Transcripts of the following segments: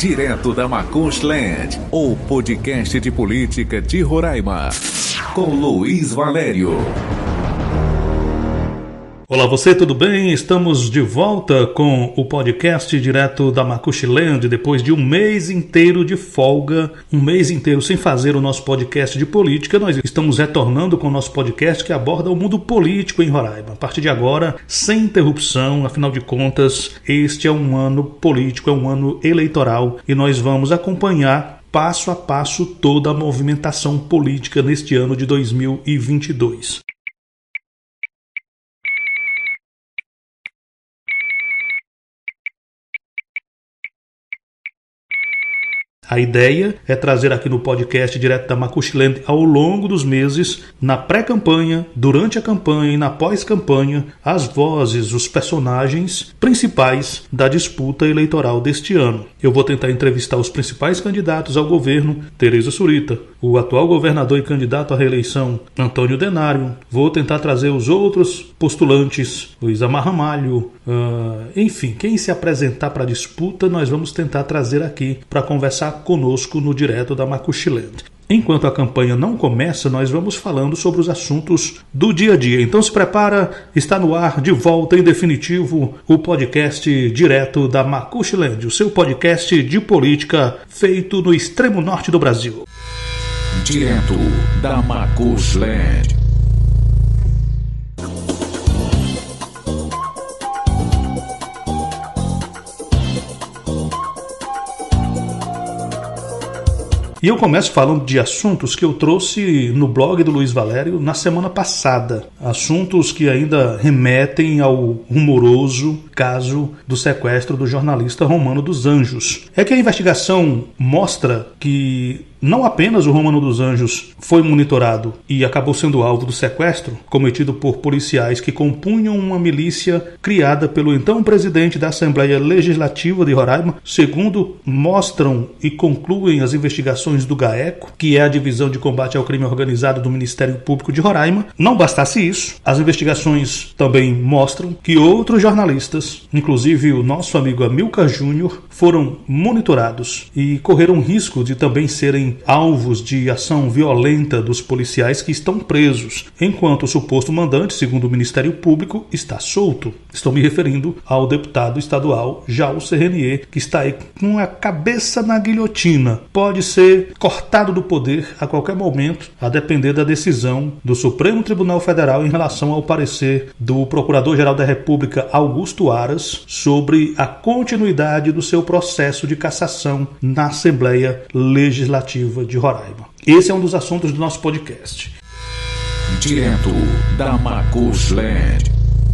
Direto da Macushland, o podcast de política de Roraima, com Luiz Valério. Olá você, tudo bem? Estamos de volta com o podcast direto da Macushland, depois de um mês inteiro de folga, um mês inteiro sem fazer o nosso podcast de política. Nós estamos retornando com o nosso podcast que aborda o mundo político em Roraima. A partir de agora, sem interrupção, afinal de contas, este é um ano político, é um ano eleitoral e nós vamos acompanhar passo a passo toda a movimentação política neste ano de 2022. A ideia é trazer aqui no podcast direto da Macushland ao longo dos meses, na pré-campanha, durante a campanha e na pós-campanha, as vozes, os personagens principais da disputa eleitoral deste ano. Eu vou tentar entrevistar os principais candidatos ao governo, Tereza Surita, o atual governador e candidato à reeleição, Antônio Denário. Vou tentar trazer os outros postulantes, Luiz Ramalho, enfim, quem se apresentar para a disputa, nós vamos tentar trazer aqui para conversar conosco no direto da Macushland. Enquanto a campanha não começa, nós vamos falando sobre os assuntos do dia a dia. Então se prepara, está no ar, de volta em definitivo, o podcast direto da Macushland, o seu podcast de política feito no extremo norte do Brasil. Direto da Macushland. E eu começo falando de assuntos que eu trouxe no blog do Luiz Valério na semana passada. Assuntos que ainda remetem ao rumoroso caso do sequestro do jornalista Romano dos Anjos. É que a investigação mostra que não apenas o Romano dos Anjos foi monitorado e acabou sendo alvo do sequestro cometido por policiais que compunham uma milícia criada pelo então presidente da Assembleia Legislativa de Roraima, segundo mostram e concluem as investigações do GAECO, que é a Divisão de Combate ao Crime Organizado do Ministério Público de Roraima. Não bastasse isso, as investigações também mostram que outros jornalistas, inclusive o nosso amigo Amilcar Júnior, foram monitorados e correram risco de também serem alvos de ação violenta dos policiais que estão presos, enquanto o suposto mandante, segundo o Ministério Público, está solto. Estou me referindo ao deputado estadual Jaú Serrenier, que está aí com a cabeça na guilhotina. Pode ser cortado do poder a qualquer momento, a depender da decisão do Supremo Tribunal Federal em relação ao parecer do Procurador-Geral da República, Augusto Aras, sobre a continuidade do seu processo de cassação na Assembleia Legislativa de Roraima. Esse é um dos assuntos do nosso podcast. Direto da Macushland.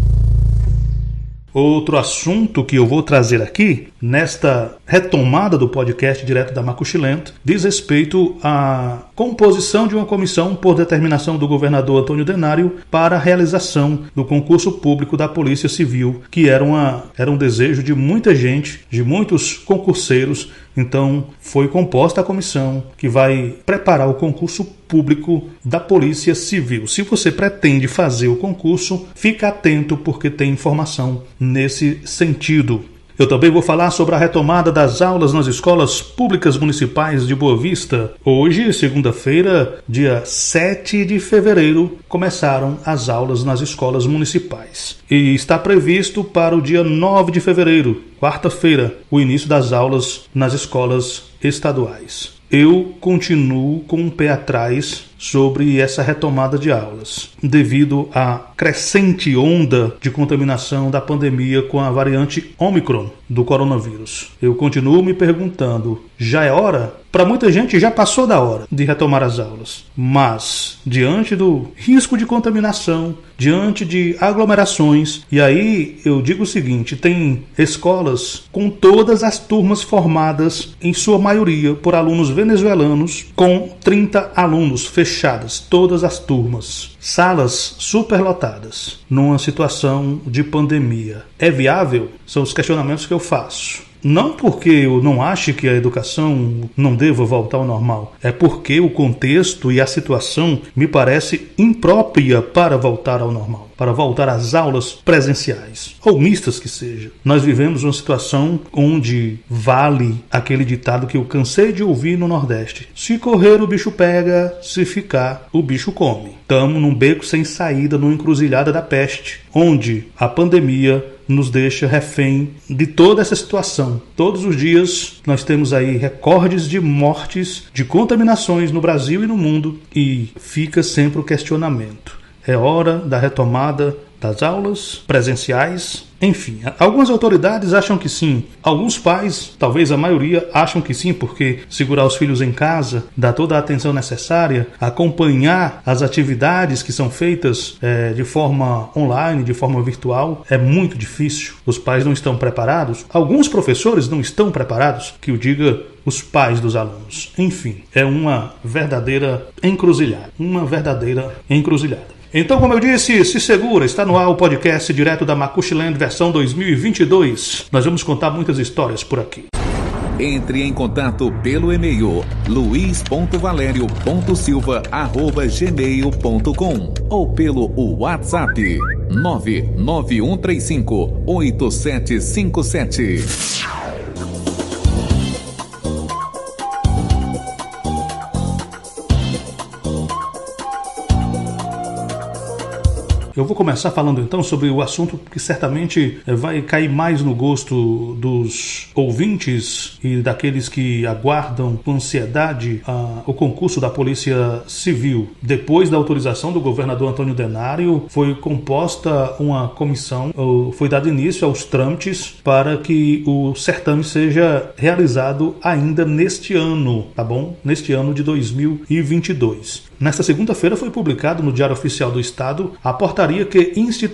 Outro assunto que eu vou trazer aqui, nesta retomada do podcast direto da Macushland, diz respeito à composição de uma comissão por determinação do governador Antônio Denário para a realização do concurso público da Polícia Civil, que era um desejo de muita gente, de muitos concurseiros. Então foi composta a comissão que vai preparar o concurso público da Polícia Civil. Se você pretende fazer o concurso, fica atento porque tem informação nesse sentido. Eu também vou falar sobre a retomada das aulas nas escolas públicas municipais de Boa Vista. Hoje, segunda-feira, dia 7 de fevereiro, começaram as aulas nas escolas municipais. E está previsto para o dia 9 de fevereiro, quarta-feira, o início das aulas nas escolas estaduais. Eu continuo com um pé atrás sobre essa retomada de aulas, devido à crescente onda de contaminação da pandemia com a variante Ômicron do coronavírus. Eu continuo me perguntando, já é hora? Para muita gente já passou da hora de retomar as aulas, mas diante do risco de contaminação, diante de aglomerações, e aí eu digo o seguinte, tem escolas com todas as turmas formadas, em sua maioria, por alunos venezuelanos, com 30 alunos fechadas, todas as turmas. Salas superlotadas, numa situação de pandemia. É viável? São os questionamentos que eu faço. Não porque eu não ache que a educação não deva voltar ao normal, é porque o contexto e a situação me parece imprópria para voltar ao normal. para voltar às aulas presenciais, ou mistas que seja. Nós vivemos uma situação onde vale aquele ditado que eu cansei de ouvir no Nordeste: se correr o bicho pega, se ficar o bicho come. Estamos num beco sem saída, numa encruzilhada da peste, onde a pandemia nos deixa refém de toda essa situação. Todos os dias nós temos aí recordes de mortes, de contaminações no Brasil e no mundo, e fica sempre o questionamento: é hora da retomada das aulas presenciais? Enfim, algumas autoridades acham que sim, alguns pais, talvez a maioria, acham que sim, porque segurar os filhos em casa, dar toda a atenção necessária, acompanhar as atividades que são feitas de forma online, de forma virtual, é muito difícil. Os pais não estão preparados, alguns professores não estão preparados, que o diga os pais dos alunos. Enfim, é uma verdadeira encruzilhada, Então, como eu disse, se segura, está no ar o podcast direto da Macuxiland versão 2022. Nós vamos contar muitas histórias por aqui. Entre em contato pelo e-mail luiz.valerio.silva@gmail.com ou pelo WhatsApp 991358757. Eu vou começar falando então sobre o assunto que certamente vai cair mais no gosto dos ouvintes e daqueles que aguardam com ansiedade o concurso da Polícia Civil. Depois da autorização do governador Antônio Denário, foi composta uma comissão, foi dado início aos trâmites para que o certame seja realizado ainda neste ano, tá bom? Neste ano de 2022. Nesta segunda-feira foi publicado no Diário Oficial do Estado a portaria que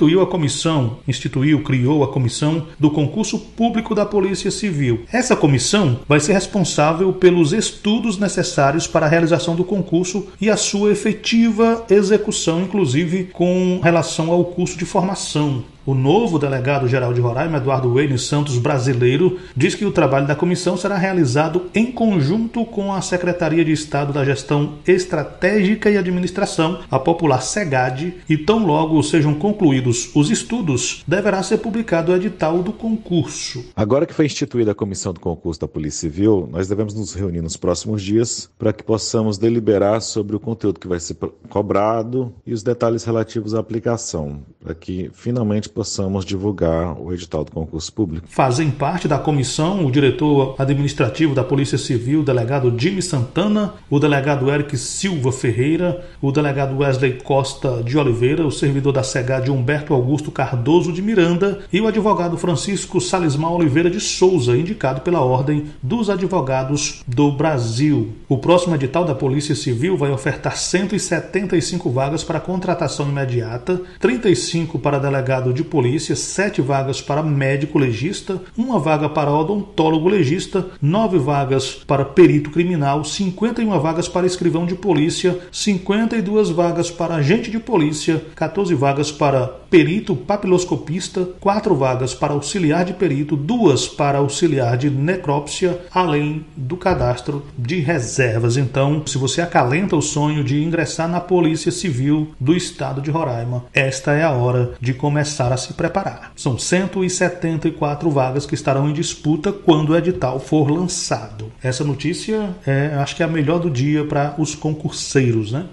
criou a comissão do concurso público da Polícia Civil. Essa comissão vai ser responsável pelos estudos necessários para a realização do concurso e a sua efetiva execução, inclusive com relação ao curso de formação. O novo delegado-geral de Roraima, Eduardo Weyne Santos Brasileiro, diz que o trabalho da comissão será realizado em conjunto com a Secretaria de Estado da Gestão Estratégica e Administração, a popular SEGAD, e tão logo sejam concluídos os estudos, deverá ser publicado o edital do concurso. Agora que foi instituída a comissão do concurso da Polícia Civil, nós devemos nos reunir nos próximos dias para que possamos deliberar sobre o conteúdo que vai ser cobrado e os detalhes relativos à aplicação, para que finalmente possamos divulgar o edital do concurso público. Fazem parte da comissão o diretor administrativo da Polícia Civil, o delegado Jimmy Santana, o delegado Eric Silva Ferreira, o delegado Wesley Costa de Oliveira, o servidor da SEGAD Humberto Augusto Cardoso de Miranda e o advogado Francisco Salismar Oliveira de Souza, indicado pela Ordem dos Advogados do Brasil. O próximo edital da Polícia Civil vai ofertar 175 vagas para contratação imediata, 35 para delegado de polícia, 7 vagas para médico legista, 1 vaga para odontólogo legista, 9 vagas para perito criminal, 51 vagas para escrivão de polícia, 52 vagas para agente de polícia, 14 vagas para perito papiloscopista, 4 vagas para auxiliar de perito, 2 para auxiliar de necrópsia, além do cadastro de reservas. Então, se você acalenta o sonho de ingressar na Polícia Civil do Estado de Roraima, esta é a hora de começar a se preparar. São 174 vagas que estarão em disputa quando o edital for lançado. Essa notícia acho que é a melhor do dia para os concurseiros, né?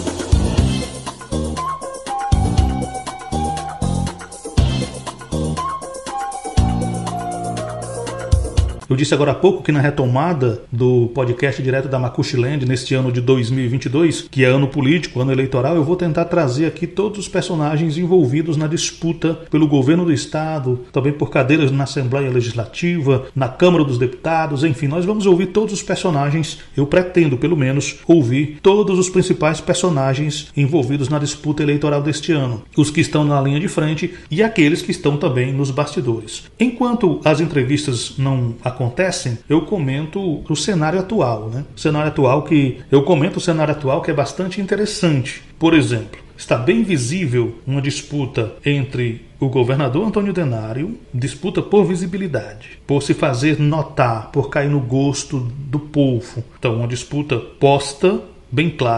Eu disse agora há pouco que na retomada do podcast direto da Macuxiland neste ano de 2022, que é ano político, ano eleitoral, eu vou tentar trazer aqui todos os personagens envolvidos na disputa pelo governo do Estado, também por cadeiras na Assembleia Legislativa, na Câmara dos Deputados, enfim, nós vamos ouvir todos os personagens, eu pretendo pelo menos ouvir todos os principais personagens envolvidos na disputa eleitoral deste ano, os que estão na linha de frente e aqueles que estão também nos bastidores. Enquanto as entrevistas não acontecem, eu comento o cenário atual, né? O cenário atual que é bastante interessante. Por exemplo, está bem visível uma disputa entre o governador Antônio Denário, disputa por visibilidade, por se fazer notar, por cair no gosto do povo. Então, uma disputa posta, bem clara,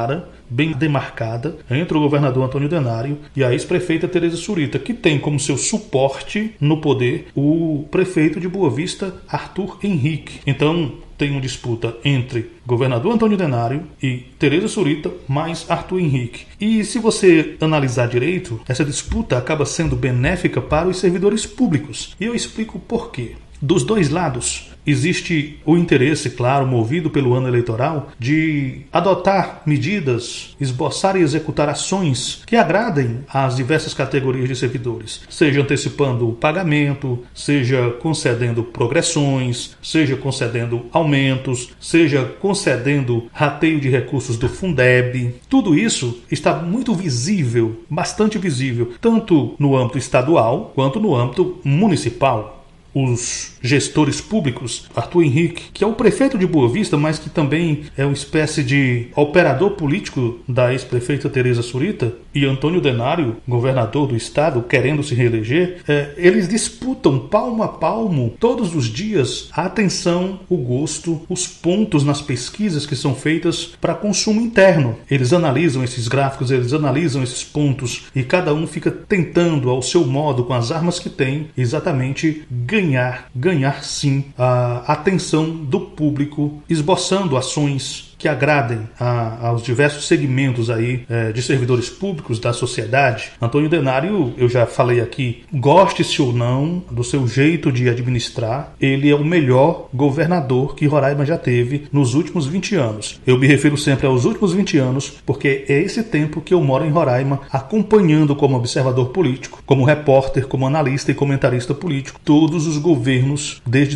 bem demarcada entre o governador Antônio Denário e a ex-prefeita Tereza Surita, que tem como seu suporte no poder o prefeito de Boa Vista, Arthur Henrique. Então, tem uma disputa entre governador Antônio Denário e Tereza Surita mais Arthur Henrique. E se você analisar direito, essa disputa acaba sendo benéfica para os servidores públicos. E eu explico por quê. Dos dois lados, existe o interesse, claro, movido pelo ano eleitoral, de adotar medidas, esboçar e executar ações que agradem às diversas categorias de servidores, seja antecipando o pagamento, seja concedendo progressões, seja concedendo aumentos, seja concedendo rateio de recursos do Fundeb. Tudo isso está muito visível, bastante visível, tanto no âmbito estadual quanto no âmbito municipal. Os gestores públicos, Arthur Henrique, que é o prefeito de Boa Vista, mas que também é uma espécie de operador político da ex-prefeita Tereza Surita, e Antônio Denário, governador do estado, querendo se reeleger, eles disputam palmo a palmo, todos os dias, a atenção, o gosto, os pontos nas pesquisas que são feitas para consumo interno. Eles analisam esses gráficos, eles analisam esses pontos, e cada um fica tentando, ao seu modo, com as armas que tem, exatamente ganhar sim a atenção do público, esboçando ações que agradem aos diversos segmentos aí de servidores públicos da sociedade. Antônio Denário, eu já falei aqui, goste-se ou não do seu jeito de administrar, ele é o melhor governador que Roraima já teve nos últimos 20 anos. Eu me refiro sempre aos últimos 20 anos, porque é esse tempo que eu moro em Roraima, acompanhando como observador político, como repórter, como analista e comentarista político, todos os governos desde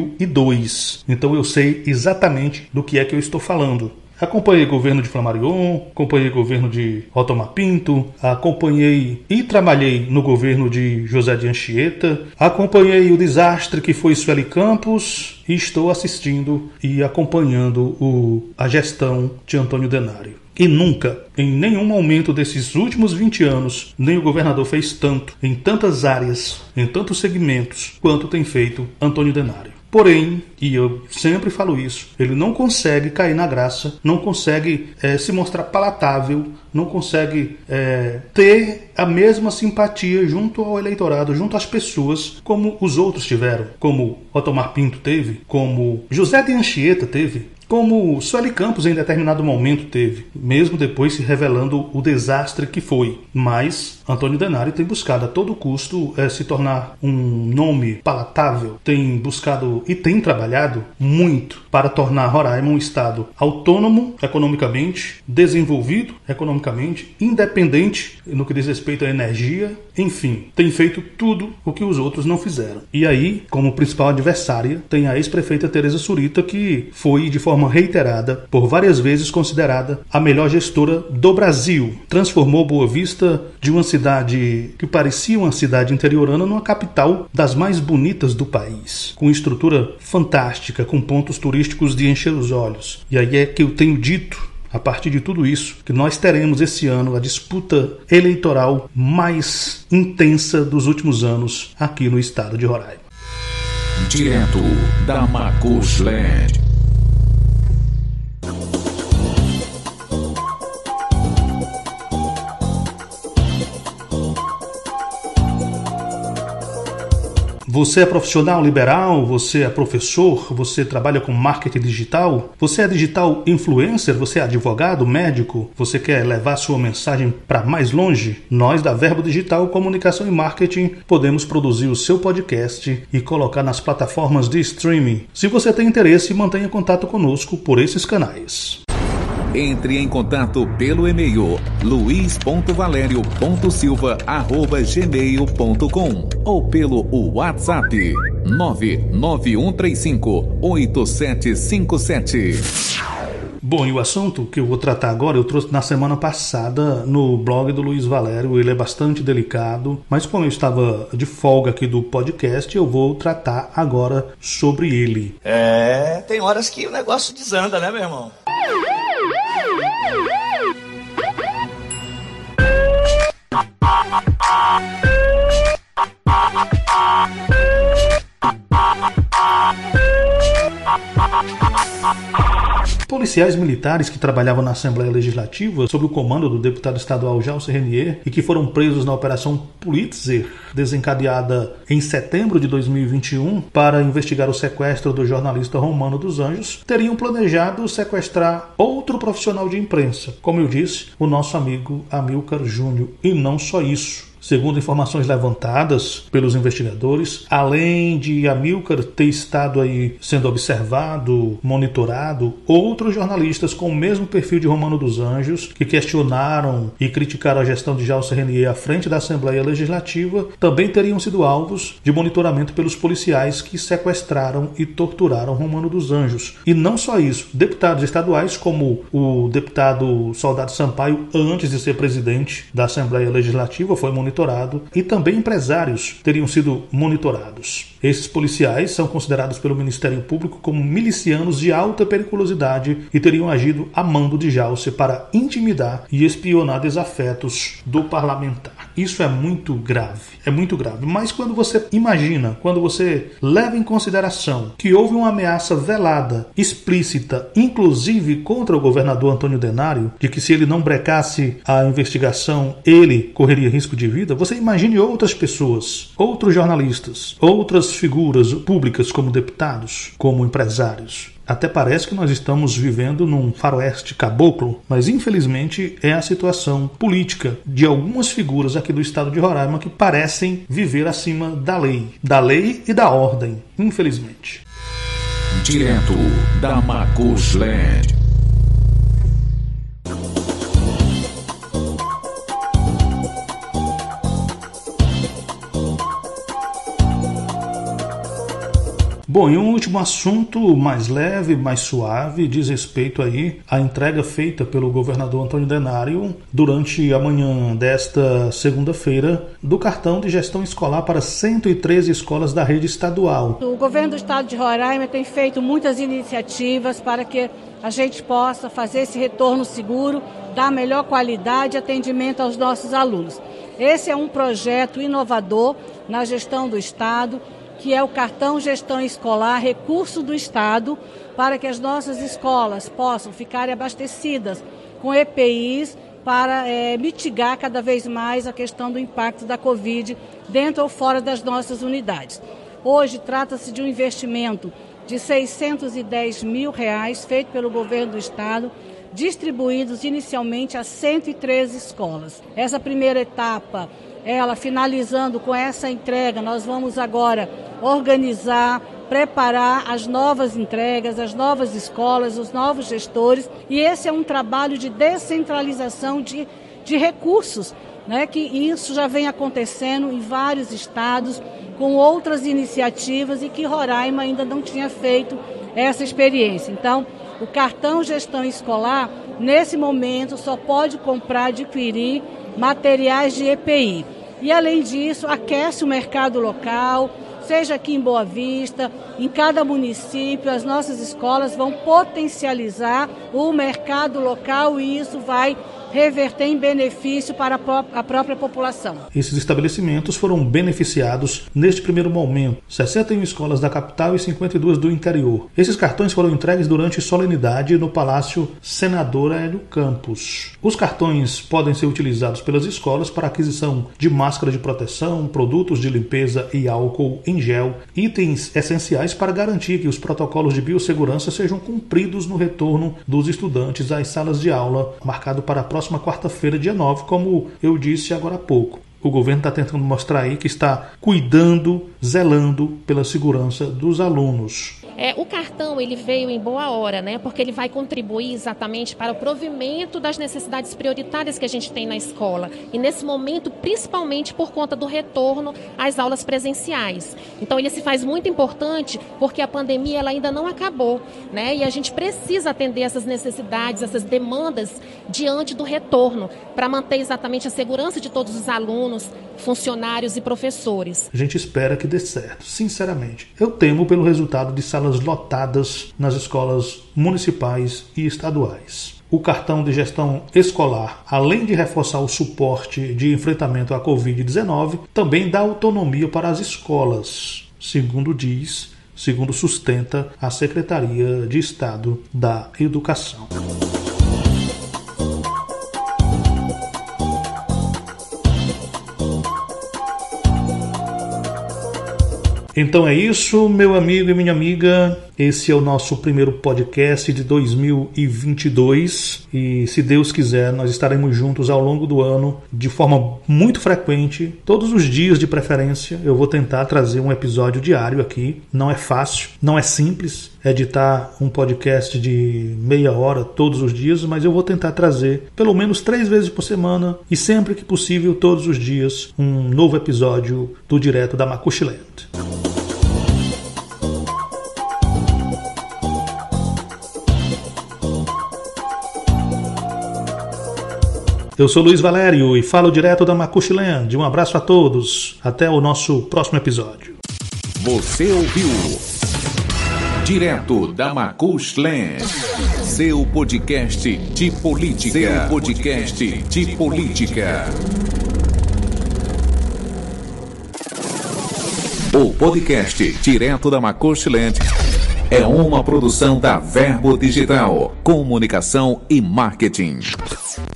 2002. Então eu sei exatamente do que é que eu estou falando. Acompanhei o governo de Flammarion, acompanhei o governo de Otomar Pinto, acompanhei e trabalhei no governo de José de Anchieta, acompanhei o desastre que foi Sueli Campos e estou assistindo e acompanhando a gestão de Antônio Denário. E nunca, em nenhum momento desses últimos 20 anos, nem o governador fez tanto, em tantas áreas, em tantos segmentos, quanto tem feito Antônio Denário. Porém, e eu sempre falo isso, ele não consegue cair na graça, não consegue se mostrar palatável, não consegue ter a mesma simpatia junto ao eleitorado, junto às pessoas, como os outros tiveram, como Otomar Pinto teve, como José de Anchieta teve, como Sueli Campos em determinado momento teve, mesmo depois se revelando o desastre que foi. Mas Antônio Denário tem buscado a todo custo se tornar um nome palatável, tem buscado e tem trabalhado muito para tornar Roraima um estado autônomo economicamente, desenvolvido economicamente, independente no que diz respeito à energia, enfim, tem feito tudo o que os outros não fizeram. E aí, como principal adversária, tem a ex-prefeita Tereza Surita, que foi de forma reiterada, por várias vezes considerada a melhor gestora do Brasil. Transformou Boa Vista de uma cidade que parecia uma cidade interiorana numa capital das mais bonitas do país, com estrutura fantástica, com pontos turísticos de encher os olhos. E aí é que eu tenho dito, a partir de tudo isso, que nós teremos esse ano a disputa eleitoral mais intensa dos últimos anos aqui no estado de Roraima. Direto da Macushland. Você é profissional liberal, você é professor, você trabalha com marketing digital, você é digital influencer, você é advogado, médico, você quer levar sua mensagem para mais longe? Nós da Verbo Digital Comunicação e Marketing podemos produzir o seu podcast e colocar nas plataformas de streaming. Se você tem interesse, mantenha contato conosco por esses canais. Entre em contato pelo e-mail luiz.valerio.silva@gmail.com ou pelo WhatsApp 991358757. Bom, e o assunto que eu vou tratar agora, eu trouxe na semana passada no blog do Luiz Valério. Ele é bastante delicado, mas como eu estava de folga aqui do podcast, eu vou tratar agora sobre ele. Tem horas que o negócio desanda, né, meu irmão? policiais militares que trabalhavam na Assembleia Legislativa sob o comando do deputado estadual Jalcer Renier e que foram presos na Operação Pulitzer, desencadeada em setembro de 2021 para investigar o sequestro do jornalista Romano dos Anjos, teriam planejado sequestrar outro profissional de imprensa, como eu disse, o nosso amigo Amílcar Júnior. E não só isso. Segundo informações levantadas pelos investigadores, além de Amílcar ter estado aí sendo observado, monitorado, outros jornalistas com o mesmo perfil de Romano dos Anjos, que questionaram e criticaram a gestão de Jalcer Renier à frente da Assembleia Legislativa, também teriam sido alvos de monitoramento pelos policiais que sequestraram e torturaram Romano dos Anjos. E não só isso, deputados estaduais como o deputado Soldado Sampaio, antes de ser presidente da Assembleia Legislativa, foi monitorado, e também empresários teriam sido monitorados. Esses policiais são considerados pelo Ministério Público como milicianos de alta periculosidade e teriam agido a mando de Jalcer para intimidar e espionar desafetos do parlamentar. Isso é muito grave, mas quando você imagina, quando você leva em consideração que houve uma ameaça velada, explícita, inclusive contra o governador Antônio Denário, de que se ele não brecasse a investigação, ele correria risco de vida, você imagine outras pessoas, outros jornalistas, outras figuras públicas como deputados, como empresários. Até parece que nós estamos vivendo num faroeste caboclo, mas infelizmente é a situação política de algumas figuras aqui do estado de Roraima que parecem viver acima da lei e da ordem, infelizmente. Direto da Macushland. Bom, e um último assunto mais leve, mais suave, diz respeito aí à entrega feita pelo governador Antônio Denário durante a manhã desta segunda-feira do cartão de gestão escolar para 113 escolas da rede estadual. O governo do estado de Roraima tem feito muitas iniciativas para que a gente possa fazer esse retorno seguro, dar melhor qualidade e atendimento aos nossos alunos. Esse é um projeto inovador na gestão do estado, que é o cartão gestão escolar, recurso do Estado, para que as nossas escolas possam ficar abastecidas com EPIs para mitigar cada vez mais a questão do impacto da Covid dentro ou fora das nossas unidades. Hoje trata-se de um investimento de R$ 610 mil feito pelo governo do Estado, distribuídos inicialmente a 113 escolas. Essa primeira etapa, ela finalizando com essa entrega, nós vamos agora organizar, preparar as novas entregas, as novas escolas, os novos gestores, e esse é um trabalho de descentralização de recursos, né, que isso já vem acontecendo em vários estados, com outras iniciativas e que Roraima ainda não tinha feito essa experiência. Então, o cartão gestão escolar, nesse momento, só pode comprar, adquirir materiais de EPI. E, além disso, aquece o mercado local, seja aqui em Boa Vista, em cada município, as nossas escolas vão potencializar o mercado local e isso vai reverter em benefício para a própria população. Esses estabelecimentos foram beneficiados neste primeiro momento. 61 escolas da capital e 52 do interior. Esses cartões foram entregues durante solenidade no Palácio Senador Hélio Campos. Os cartões podem ser utilizados pelas escolas para aquisição de máscara de proteção, produtos de limpeza e álcool em gel, itens essenciais para garantir que os protocolos de biossegurança sejam cumpridos no retorno dos estudantes às salas de aula, marcado para a próxima quarta-feira, dia 9, como eu disse agora há pouco. O governo está tentando mostrar aí que está cuidando, zelando pela segurança dos alunos. O cartão ele veio em boa hora, né? Porque ele vai contribuir exatamente para o provimento das necessidades prioritárias que a gente tem na escola. E nesse momento, principalmente por conta do retorno às aulas presenciais. Então ele se faz muito importante porque a pandemia ela ainda não acabou, né? E a gente precisa atender essas necessidades, essas demandas diante do retorno, para manter exatamente a segurança de todos os alunos, funcionários e professores. A gente espera que dê certo, sinceramente. Eu temo pelo resultado de salas lotadas nas escolas municipais e estaduais. O cartão de gestão escolar, além de reforçar o suporte de enfrentamento à Covid-19, também dá autonomia para as escolas, segundo diz segundo sustenta a Secretaria de Estado da Educação. Então é isso, meu amigo e minha amiga. Esse é o nosso primeiro podcast de 2022 e, se Deus quiser, nós estaremos juntos ao longo do ano de forma muito frequente, todos os dias de preferência. Eu vou tentar trazer um episódio diário aqui. Não é fácil, não é simples editar um podcast de meia hora todos os dias, mas eu vou tentar trazer pelo menos 3 vezes por semana e sempre que possível, todos os dias, um novo episódio do Direto da Macuxilento. Eu sou Luiz Valério e falo direto da Macuxilente. Um abraço a todos. Até o nosso próximo episódio. Você ouviu Direto da Macuxilente, seu podcast de política. Seu podcast de política. O podcast Direto da Macuxilente é uma produção da Verbo Digital, comunicação e marketing.